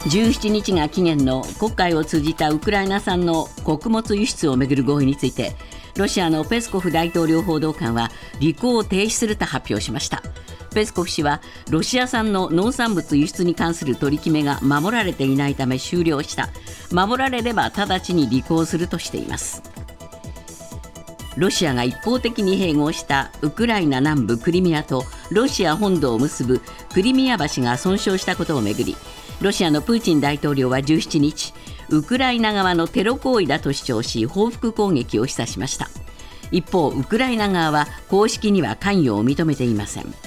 17日が期限の黒海を通じたウクライナ産の穀物輸出をめぐる合意について、ロシアのペスコフ大統領報道官は履行を停止すると発表しました。ペスコフ氏はロシア産の農産物輸出に関する取り決めが守られていないため終了した。守られれば直ちに履行するとしています。ロシアが一方的に併合したウクライナ南部クリミアとロシア本土を結ぶクリミア橋が損傷したことをめぐり、ロシアのプーチン大統領は17日、ウクライナ側のテロ行為だと主張し、報復攻撃を示唆しました。一方、ウクライナ側は公式には関与を認めていません。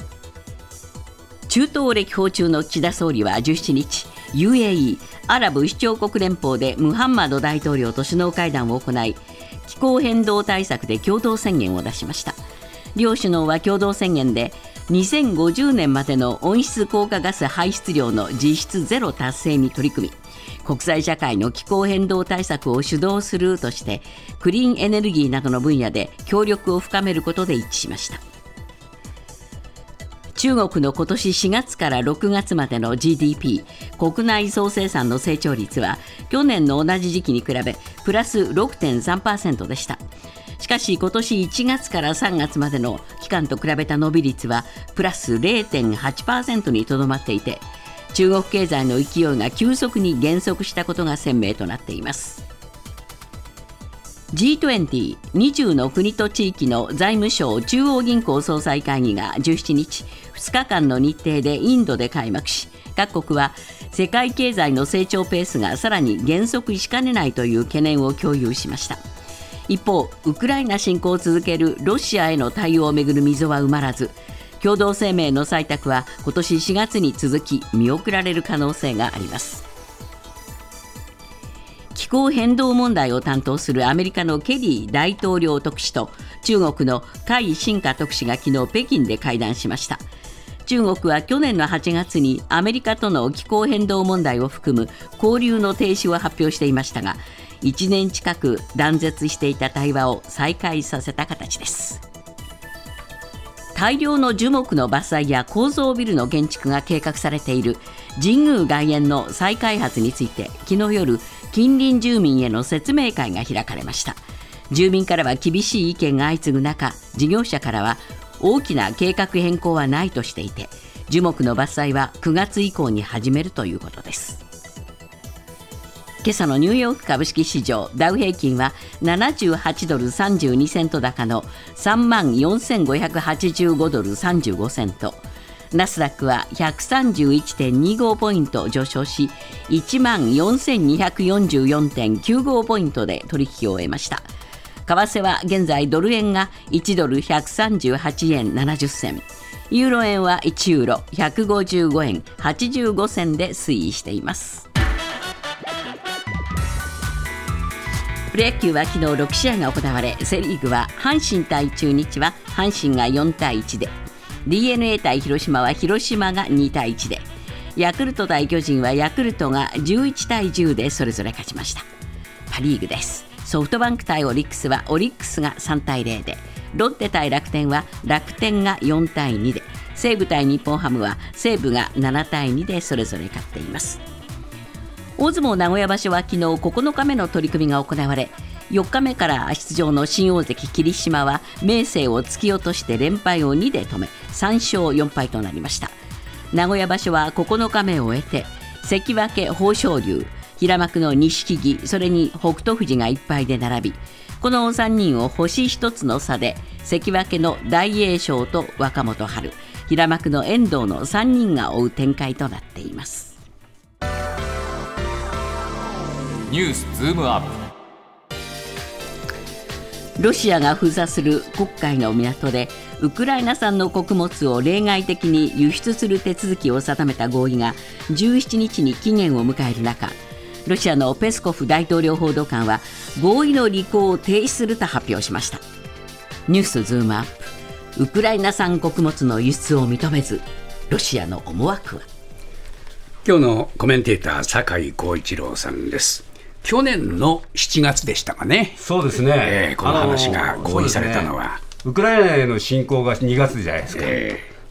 中東を歴訪中の岸田総理は17日、UAE アラブ首長国連邦でムハンマド大統領と首脳会談を行い、気候変動対策で共同宣言を出しました。両首脳は共同宣言で2050年までの温室効果ガス排出量の実質ゼロ達成に取り組み、国際社会の気候変動対策を主導するとして、クリーンエネルギーなどの分野で協力を深めることで一致しました。中国の今年4月から6月までの GDP 国内総生産の成長率は去年の同じ時期に比べプラス 6.3% でした。しかし今年1月から3月までの期間と比べた伸び率はプラス 0.8% にとどまっていて、中国経済の勢いが急速に減速したことが鮮明となっています。G20 20の国と地域の財務相中央銀行総裁会議が17日2日間の日程でインドで開幕し、各国は世界経済の成長ペースがさらに減速しかねないという懸念を共有しました。一方、ウクライナ侵攻を続けるロシアへの対応をめぐる溝は埋まらず、共同声明の採択は今年4月に続き見送られる可能性があります。気候変動問題を担当するアメリカのケリー大統領特使と中国の海新華特使が昨日北京で会談しました。中国は去年の8月にアメリカとの気候変動問題を含む交流の停止を発表していましたが、1年近く断絶していた対話を再開させた形です。大量の樹木の伐採や高層ビルの建築が計画されている神宮外苑の再開発について、昨日夜近隣住民への説明会が開かれました。住民からは厳しい意見が相次ぐ中、事業者からは大きな計画変更はないとしていて、樹木の伐採は9月以降に始めるということです。今朝のニューヨーク株式市場ダウ平均は78ドル32セント高の34,585ドル35セント、ナスダックは 131.25 ポイント上昇し 14,244.95 ポイントで取引を終えました。為替は現在ドル円が1ドル138円70銭、ユーロ円は1ユーロ155円85銭で推移しています。プロ野球は昨日6試合が行われ、セリーグは阪神対中日は阪神が4対1で、 DNA 対広島は広島が2対1で、ヤクルト対巨人はヤクルトが11対10でそれぞれ勝ちました。パリーグです。ソフトバンク対オリックスはオリックスが3対0で、ロッテ対楽天は楽天が4対2で、西武対日本ハムは西武が7対2でそれぞれ勝っています。大相撲名古屋場所は昨日9日目の取り組みが行われ、4日目から出場の新大関霧島は明生を突き落として連敗を2で止め3勝4敗となりました。名古屋場所は9日目を終えて、関脇豊昇龍、平幕の錦木、それに北勝富士が1敗で並び、この3人を星1つの差で関脇の大栄翔と若元春、平幕の遠藤の3人が追う展開となっています。 ニュースズームアップ。ロシアが封鎖する黒海の港でウクライナ産の穀物を例外的に輸出する手続きを定めた合意が17日に期限を迎える中、ロシアのペスコフ大統領報道官は合意の履行を停止すると発表しました。ニュースズームアップ。ウクライナ産穀物の輸出を認めず、ロシアの思惑は。 今日のコメンテーター酒井光一郎さんです。去年の7月でしたかね。 そうですね、 この話が合意されたのは、 ウクライナへの侵攻が2月じゃないですか、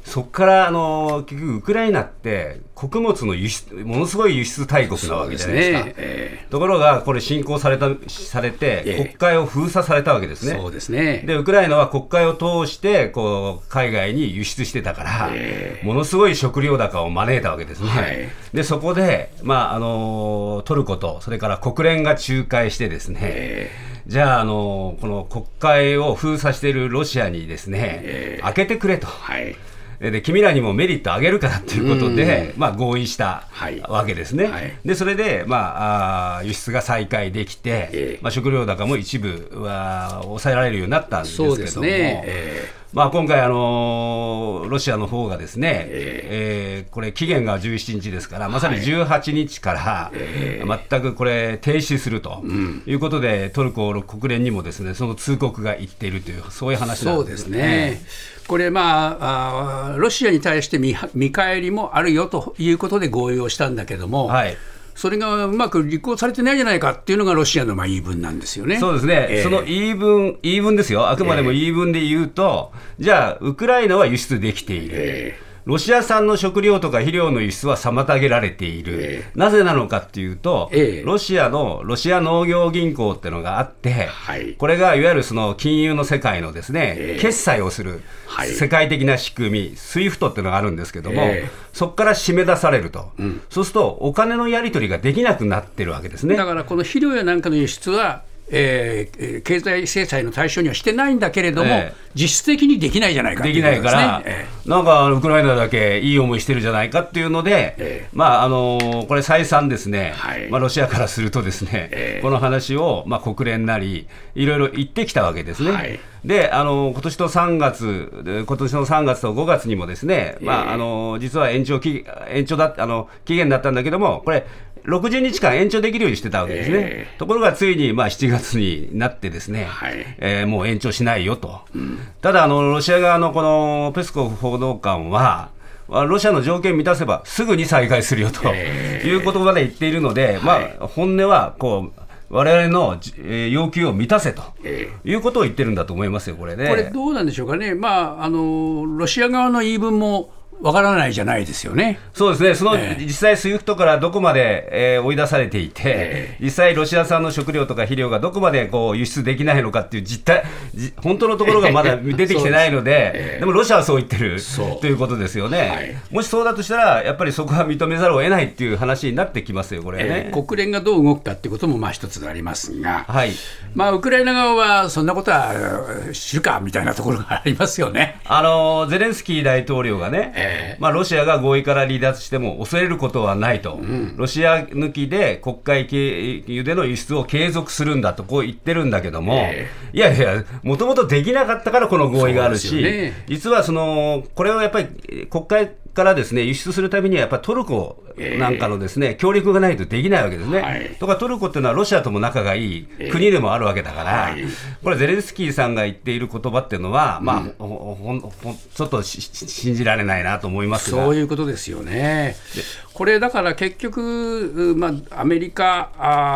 そこから結局ウクライナって穀物のものすごい輸出大国なわけじゃないですか。ところがこれ侵攻されて、国会を封鎖されたわけですね。 そうですね。 でウクライナは国会を通してこう海外に輸出してたから、ものすごい食料高を招いたわけですね。でそこで、トルコとそれから国連が仲介してですね、じゃあ、この国会を封鎖しているロシアにですね、開けてくれと。で君らにもメリットあげるからということで、合意したわけですね。でそれで、輸出が再開できて、食料高も一部は抑えられるようになったんですけども、そうですね。今回ロシアの方がですね、これ期限が17日ですから、まさに18日から全くこれ停止するということで、トルコ国連にもですねその通告が行っているという、そういう話なんですね。 そうですね。これロシアに対して見返りもあるよということで合意をしたんだけども、それがうまく履行されてないじゃないかっていうのがロシアの言い分なんですよね。 そうですね、その言い分ですよ。あくまでも言い分で言うと、じゃあウクライナは輸出できている、ロシア産の食料とか肥料の輸出は妨げられている、なぜなのかっていうと、ロシア農業銀行っていうのがあって、これがいわゆるその金融の世界のですね、決済をする世界的な仕組み、SWIFT っていうのがあるんですけども、そこから締め出されると、そうするとお金のやり取りができなくなってるわけですね。 だからこの肥料やなんかの輸出は経済制裁の対象にはしてないんだけれども、実質的にできないじゃないかっていうことですね。 できないから、なんかウクライナだけいい思いしてるじゃないかっていうので、これ再三ですね、ロシアからするとですね、この話を国連なりいろいろ言ってきたわけですね。で今年の3月と5月にもですね、実は期限だったんだけども、これ60日間延長できるようにしてたわけですね。ところがついに7月になってですね、もう延長しないよと。ただロシア側のこのペスコフ報道官は、ロシアの条件満たせばすぐに再開するよという言葉で言っているので、本音は我々の要求を満たせということを言ってるんだと思いますよ、これね。 これどうなんでしょうかね。ロシア側の言い分もわからないじゃないですよね。 そうですね。実際SWIFTからどこまで、追い出されていて、実際ロシア産の食料とか肥料がどこまで輸出できないのかっていう本当のところがまだ出てきてないので、でもロシアはそう言ってるということですよね。もしそうだとしたらやっぱりそこは認めざるを得ないっていう話になってきますよ、これね。 国連がどう動くかっていうことも一つありますが、ウクライナ側はそんなことは知るかみたいなところがありますよね。 ゼレンスキー大統領がね、ロシアが合意から離脱しても恐れることはないと、ロシア抜きで国会経由での輸出を継続するんだとこう言ってるんだけども、いやもともとできなかったからこの合意があるし、実はこれをやっぱり国会からですね輸出するためにはやっぱりトルコなんかのですね協力がないとできないわけですね。とかトルコっていうのはロシアとも仲がいい国でもあるわけだから、これゼレンスキーさんが言っている言葉っていうのは、ちょっと信じられないなと思いますが、 そういうことですよね。これだから結局、アメリカ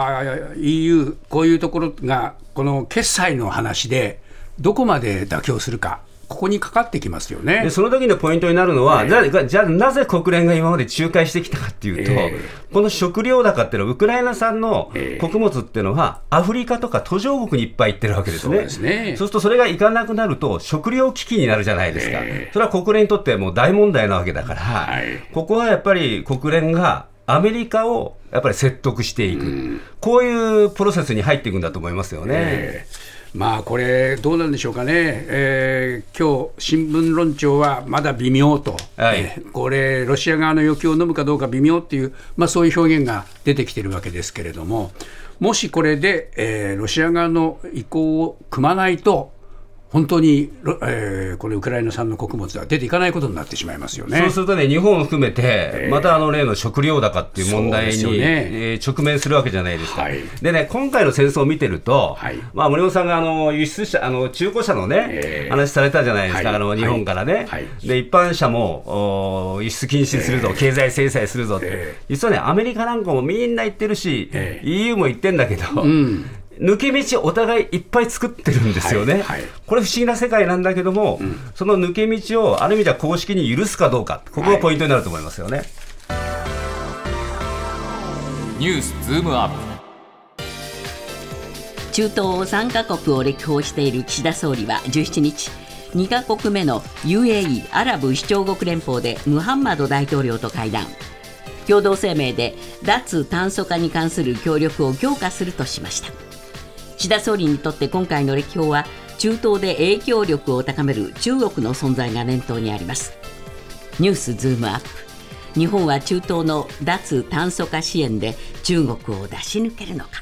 EU こういうところがこの決済の話でどこまで妥協するか、ここにかかってきますよね。 でその時のポイントになるのは、じゃあなぜ国連が今まで仲介してきたかっていうと、この食料高っていうのはウクライナ産の穀物っていうのはアフリカとか途上国にいっぱい行ってるわけですね。そうするとそれがいかなくなると食料危機になるじゃないですか。それは国連にとってもう大問題なわけだから、ここはやっぱり国連がアメリカをやっぱり説得していく、こういうプロセスに入っていくんだと思いますよね。 これどうなんでしょうかね。今日新聞論調はまだ微妙と、これロシア側の要求を飲むかどうか微妙っていう、そういう表現が出てきているわけですけれども、もしこれで、ロシア側の意向を組まないと本当に、これウクライナ産の穀物は出ていかないことになってしまいますよね。 そうするとね、日本を含めてまた例の食料高っていう問題に、直面するわけじゃないですか。でね、今回の戦争を見てると、森本さんが輸出車中古車のね、話されたじゃないですか。日本からね、で一般車も輸出禁止するぞ、経済制裁するぞって、実はねアメリカなんかもみんな言ってるし、EU も言ってんだけど、 抜け道お互いいっぱい作ってるんですよね、これ不思議な世界なんだけども、その抜け道をある意味では公式に許すかどうか、ここがポイントになると思いますよね。 ニュースズームアップ。 中東3カ国を歴訪している岸田総理は17日、2カ国目の UAE アラブ首長国連邦でムハンマド大統領と会談。共同声明で脱炭素化に関する協力を強化するとしました。岸田総理にとって今回の歴訪は、中東で影響力を高める中国の存在が念頭にあります。ニュースズームアップ。日本は中東の脱炭素化支援で中国を出し抜けるのか。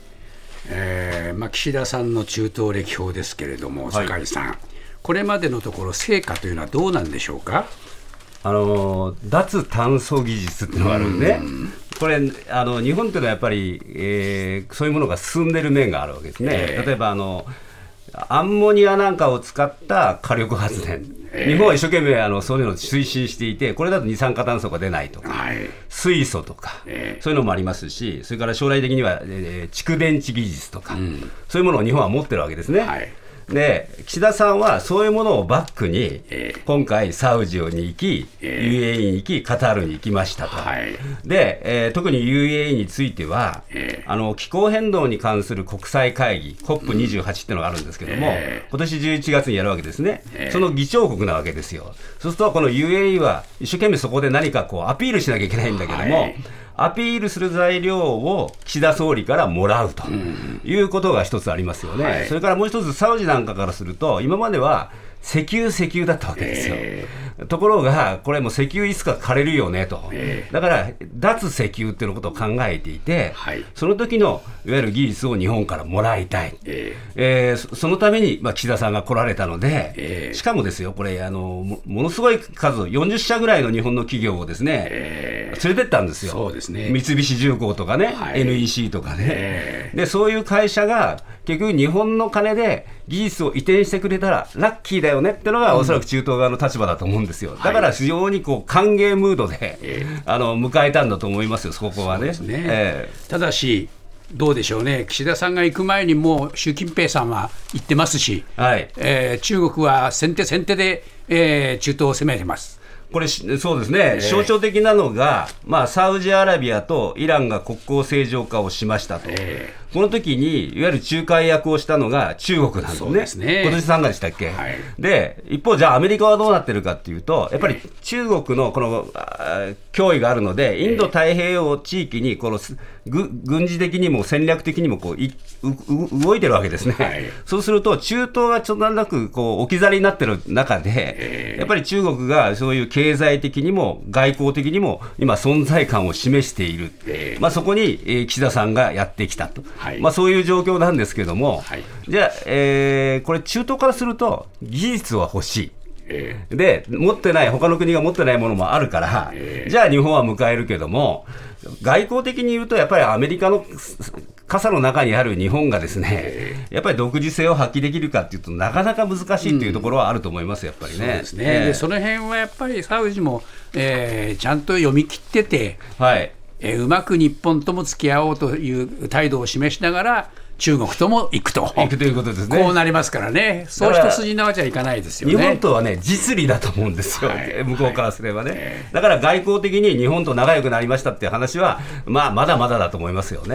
岸田さんの中東歴訪ですけれども、酒井さん、これまでのところ成果というのはどうなんでしょうか。 脱炭素技術っていうのがあるんで、これ日本っていうのはやっぱり、そういうものが進んでる面があるわけですね。例えばアンモニアなんかを使った火力発電、日本は一生懸命そういうのを推進していて、これだと二酸化炭素が出ないとか、水素とか、そういうのもありますし、それから将来的には、蓄電池技術とか、そういうものを日本は持ってるわけですね。で岸田さんはそういうものをバックに、今回サウジに行き、UAE に行き、カタールに行きましたと。で、特に UAE については、気候変動に関する国際会議 COP28 っていうのがあるんですけども、今年11月にやるわけですね。その議長国なわけですよ。そうするとこの UAE は一生懸命そこで何かアピールしなきゃいけないんだけども、アピールする材料を岸田総理からもらうということが一つありますよね。それからもう一つ、サウジなんかからすると、今までは石油だったわけですよ。ところがこれも石油いつか枯れるよねと、だから脱石油っていうことを考えていて、その時のいわゆる技術を日本からもらいたい、そのために岸田さんが来られたので、しかもですよ、これものすごい数、40社ぐらいの日本の企業をですね、連れてったんですよ。 そうですね、 三菱重工とかね、NEC とかね、でそういう会社が結局日本の金で技術を移転してくれたらラッキーだよねっていうのが、おそらく中東側の立場だと思うんですよ。だから非常に歓迎ムードで、迎えたんだと思いますよ、そこはね。 ただしどうでしょうね、岸田さんが行く前にもう習近平さんは行ってますし、中国は先手で、中東を攻めてます。 これそうですね、象徴的なのが、サウジアラビアとイランが国交正常化をしましたと、この時にいわゆる仲介役をしたのが中国なんですね。今年3月でしたっけ。で一方、じゃあアメリカはどうなってるかっていうと、やっぱり中国のこの脅威があるので、インド太平洋地域にこの軍事的にも戦略的にも動いてるわけですね。そうすると中東がちょっとなんとなく置き去りになってる中で、やっぱり中国がそういう経済的にも外交的にも今存在感を示している、そこに岸田さんがやってきたと、そういう状況なんですけども、じゃあ、これ中東からすると技術は欲しい。で持ってない、他の国が持ってないものもあるから、じゃあ日本は迎えるけども、外交的に言うとやっぱりアメリカの傘の中にある日本がですね、やっぱり独自性を発揮できるかというとなかなか難しいというところはあると思います、やっぱりね。 そうですね。でその辺はやっぱりサウジも、ちゃんと読み切ってて、うまく日本とも付き合おうという態度を示しながら中国とも行くということですね。 こうなりますからね。そう一筋縄じゃいかないですよね。 日本とはね、実利だと思うんですよ、向こうからすればね。だから外交的に日本と仲良くなりましたっていう話は、まだまだだと思いますよね。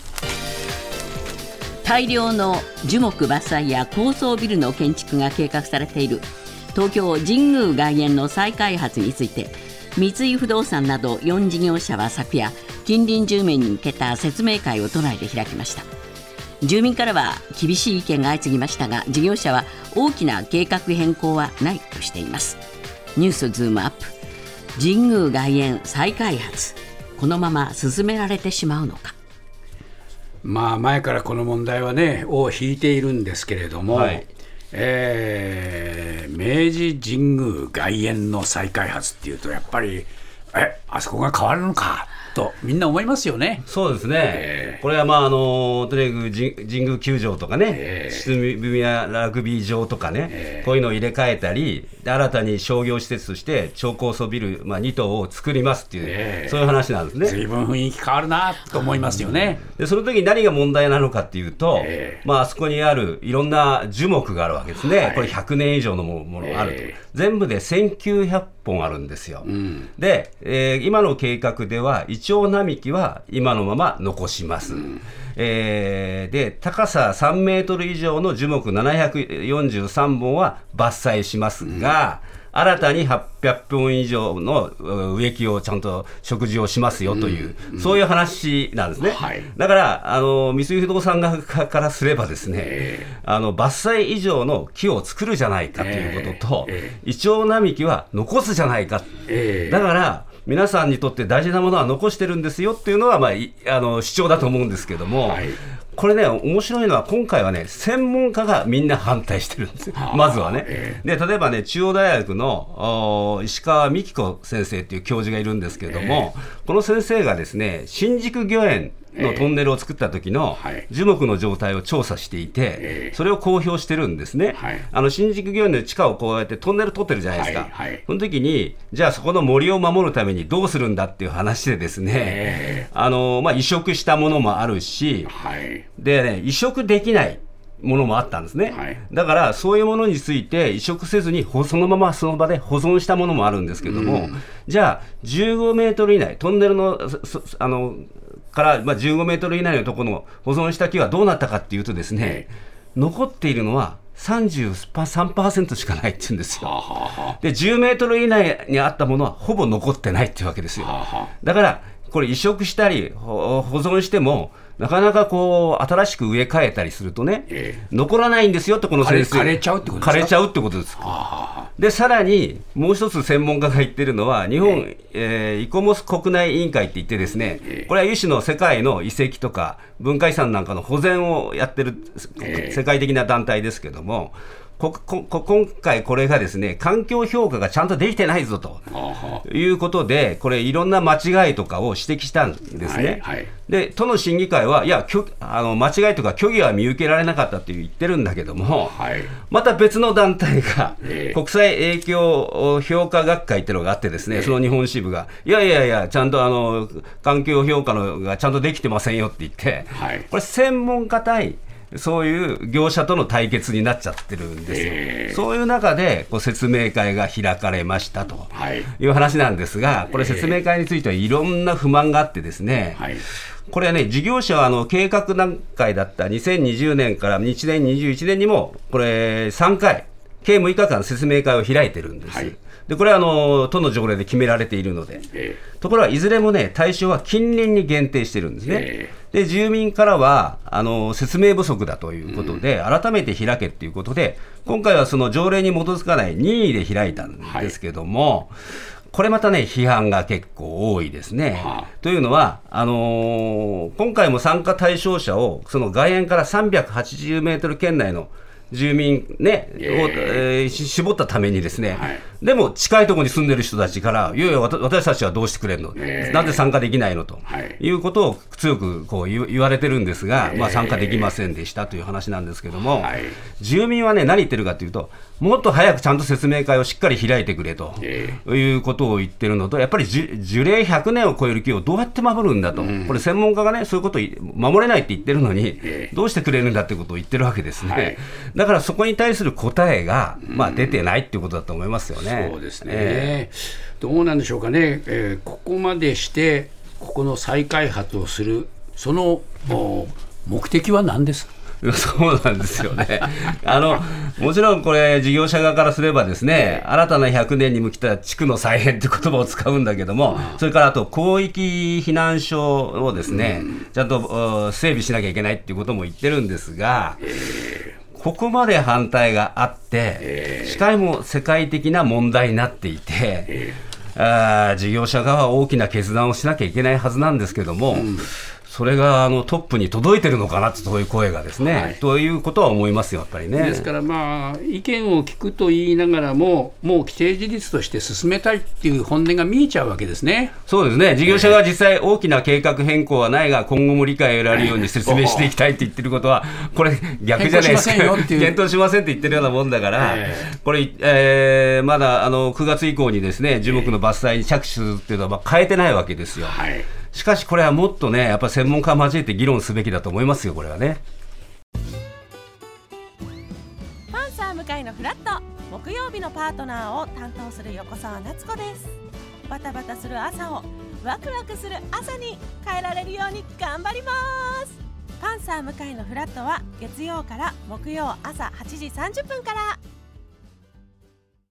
大量の樹木伐採や高層ビルの建築が計画されている東京神宮外苑の再開発について、三井不動産など4事業者は昨夜、近隣住民に向けた説明会を都内で開きました。住民からは厳しい意見が相次ぎましたが、事業者は大きな計画変更はないとしています。ニュースズームアップ。神宮外苑再開発、このまま進められてしまうのか。 前からこの問題はね尾を引いているんですけれども、明治神宮外苑の再開発っていうとやっぱりあそこが変わるのかとみんな思いますよね。 そうですね、これはとにかく神宮球場とかね、秩父宮ラグビー場とかね、こういうのを入れ替えたり、で新たに商業施設として超高層ビル、2棟を作りますっていう、そういう話なんですね。 随分雰囲気変わるなと思いますよね。 でその時に何が問題なのかっていうと、あそこにあるいろんな樹木があるわけですね、これ100年以上のものがあると、全部で1900本あるんですよ。で、今の計画ではイチョウ並木は今のまま残します。で高さ3メートル以上の樹木743本は伐採しますが、新たに800本以上の植木をちゃんと植樹をしますよという、そういう話なんですね。だから三井不動産側からすればですね、伐採以上の木を作るじゃないかということと、イチョウ並木は残すじゃないか、だから皆さんにとって大事なものは残してるんですよっていうのは、主張だと思うんですけども、これね、面白いのは今回はね、専門家がみんな反対してるんですよ、まずはね。で例えばね、中央大学の石川美希子先生っていう教授がいるんですけれども、この先生がですね、新宿御苑のトンネルを作った時の樹木の状態を調査していて、それを公表してるんですね。新宿御苑の地下をこうやってトンネル取ってるじゃないですか。その時にじゃあそこの森を守るためにどうするんだっていう話でですね、移植したものもあるし、でね、移植できないものもあったんですね。だからそういうものについて移植せずにそのままその場で保存したものもあるんですけども、じゃあ15メートル以内、トンネルのから15メートル以内のところの保存した木はどうなったかっていうとですね、残っているのは33% しかないっていうんですよ。で10メートル以内にあったものはほぼ残ってないっていうわけですよ。だからこれ移植したり保存してもなかなかこう新しく植え替えたりするとね、残らないんですよってこの先生、 枯れちゃうってことですか。 枯れちゃうってことです。でさらにもう一つ専門家が言ってるのは、日本、イコモス国内委員会って言ってですね、これは有志の世界の遺跡とか文化遺産なんかの保全をやってる世界的な団体ですけども、今回これがですね、環境評価がちゃんとできてないぞということで、これいろんな間違いとかを指摘したんですね。で都の審議会は、いや間違いとか虚偽は見受けられなかったって言ってるんだけども、また別の団体が、国際影響評価学会っていうのがあってですね、その日本支部がいやちゃんと環境評価のがちゃんとできてませんよって言って、これ専門家対そういう業者との対決になっちゃってるんですよ。そういう中で説明会が開かれましたという話なんですが、これ説明会についてはいろんな不満があってですね、これはね、事業者は計画段階だった2020年から2021年にもこれ3回計6日間説明会を開いてるんです。でこれは都の条例で決められているので、ところがいずれもね、対象は近隣に限定してるんですね。で住民からは説明不足だということで、改めて開けということで、今回はその条例に基づかない任意で開いたんですけども、これまたね、批判が結構多いですね。というのは今回も参加対象者をその外苑から380メートル圏内の住民、ねを絞ったためにですね、でも近いところに住んでる人たちから、いやいや私たちはどうしてくれるの、なんで参加できないのと、いうことを強くこう言われてるんですが、参加できませんでしたという話なんですけども、住民はね、何言ってるかというと、もっと早くちゃんと説明会をしっかり開いてくれということを言ってるのと、やっぱり樹齢100年を超える木をどうやって守るんだと、これ専門家がね、そういうことを守れないって言ってるのに、どうしてくれるんだってことを言ってるわけですね。だからそこに対する答えが、出てないっていうことだと思いますよね。 そうですね、どうなんでしょうかね、ここまでしてここの再開発をするその目的は何ですか。 そうなんですよね。もちろんこれ事業者側からすればですね、新たな100年に向けた地区の再編という言葉を使うんだけども、それからあと広域避難所をですね、ちゃんと整備しなきゃいけないっていうことも言ってるんですが、ここまで反対があって、しかも世界的な問題になっていて、事業者側は大きな決断をしなきゃいけないはずなんですけども、 それがトップに届いてるのかなって、そういう声がですね、はい、ということは思いますよ、やっぱりね。 ですから、意見を聞くと言いながらも、もう既定事実として進めたいっていう本音が見えちゃうわけですね。 そうですね、事業者が実際大きな計画変更はないが、今後も理解を得られるように説明していきたいって言ってることは、これ逆じゃないですか。検討しませんって言ってるようなもんだから、これ、まだ9月以降にですね、樹木の伐採に着手するっていうのは変えてないわけですよ。しかしこれはもっとね、やっぱり専門家を交えて議論すべきだと思いますよ、これはね。 パンサー向井のフラット、木曜日のパートナーを担当する横澤夏子です。バタバタする朝をワクワクする朝に変えられるように頑張ります。パンサー向井のフラットは月曜から木曜朝8時30分から。